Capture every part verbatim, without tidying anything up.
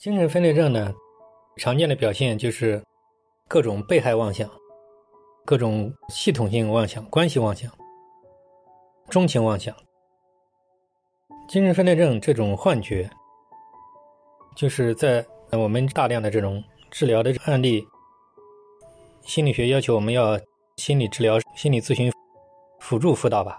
精神分裂症呢，常见的表现就是各种被害妄想、各种系统性妄想、关系妄想、钟情妄想。精神分裂症这种幻觉，就是在我们大量的这种治疗的案例，心理学要求我们要心理治疗、心理咨询辅助辅导吧。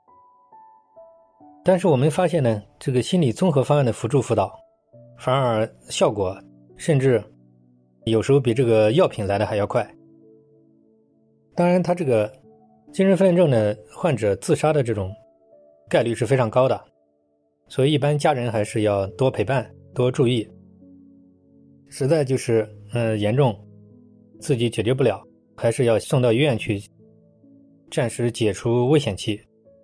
但是我们发现呢，这个心理综合方案的辅助辅导反而效果甚至有时候比这个药品来的还要快。当然他这个精神分裂症的患者自杀的这种概率是非常高的，所以一般家人还是要多陪伴多注意，实在就是呃严重自己解决不了，还是要送到医院去暂时解除危险期。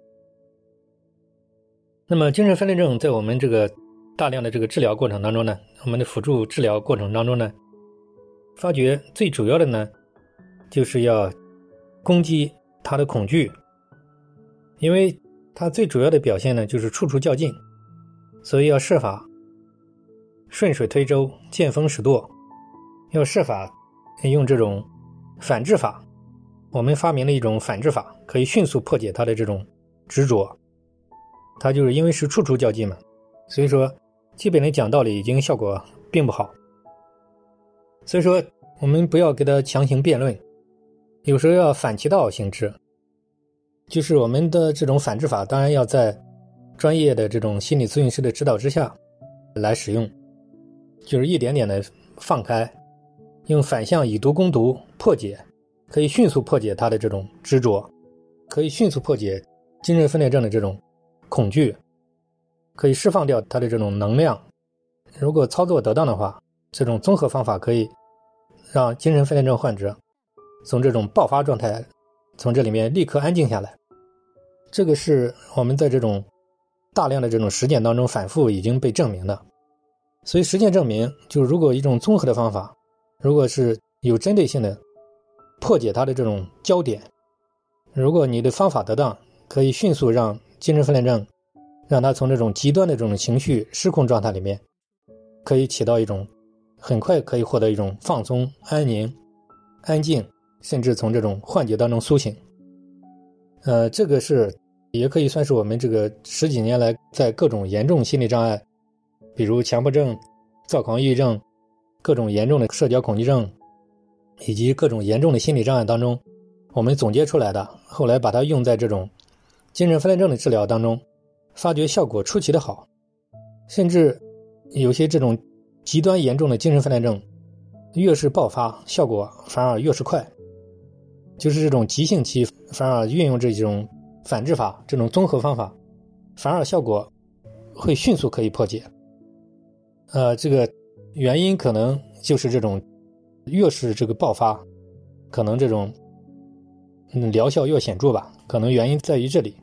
那么精神分裂症在我们这个大量的这个治疗过程当中呢，我们的辅助治疗过程当中呢，发觉最主要的呢就是要攻击他的恐惧，因为他最主要的表现呢就是处处较劲，所以要设法顺水推舟、见风使舵，要设法用这种反制法。我们发明了一种反制法，可以迅速破解他的这种执着。他就是因为是处处较劲嘛，所以说基本的讲道理已经效果并不好。所以说我们不要给他强行辩论，有时候要反其道行之，就是我们的这种反制法当然要在专业的这种心理咨询师的指导之下来使用，就是一点点的放开，用反向以毒攻毒破解，可以迅速破解他的这种执着，可以迅速破解精神分裂症的这种恐惧，可以释放掉他的这种能量。如果操作得当的话，这种综合方法可以让精神分裂症患者从这种爆发状态从这里面立刻安静下来。这个是我们在这种大量的这种实践当中反复已经被证明的。所以实践证明，就如果一种综合的方法，如果是有针对性的破解它的这种焦点，如果你的方法得当，可以迅速让精神分裂症让他从这种极端的这种情绪失控状态里面可以起到一种很快可以获得一种放松、安宁、安静，甚至从这种幻觉当中苏醒。呃，这个是也可以算是我们这个十几年来在各种严重心理障碍，比如强迫症、躁狂抑郁症、各种严重的社交恐惧症以及各种严重的心理障碍当中我们总结出来的，后来把它用在这种精神分裂症的治疗当中，发觉效果出奇的好。甚至有些这种极端严重的精神分裂症越是爆发效果反而越是快，就是这种急性期反而运用这种反制法，这种综合方法反而效果会迅速可以破解。呃，这个原因可能就是这种越是这个爆发可能这种嗯疗效越显著吧，可能原因在于这里。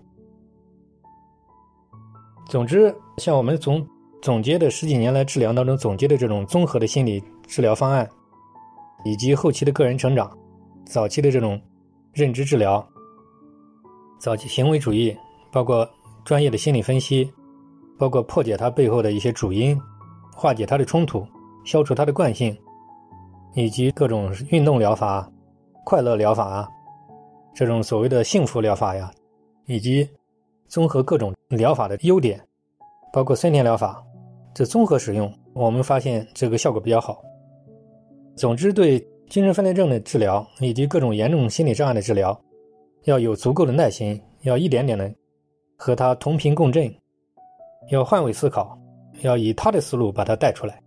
总之像我们总总结的十几年来治疗当中总结的这种综合的心理治疗方案，以及后期的个人成长，早期的这种认知治疗，早期行为主义，包括专业的心理分析，包括破解它背后的一些主因，化解它的冲突，消除它的惯性，以及各种运动疗法、快乐疗法啊，这种所谓的幸福疗法呀，以及综合各种疗法的优点，包括森田疗法，这综合使用，我们发现这个效果比较好。总之对精神分裂症的治疗以及各种严重心理障碍的治疗要有足够的耐心，要一点点的和它同频共振，要换位思考，要以他的思路把它带出来。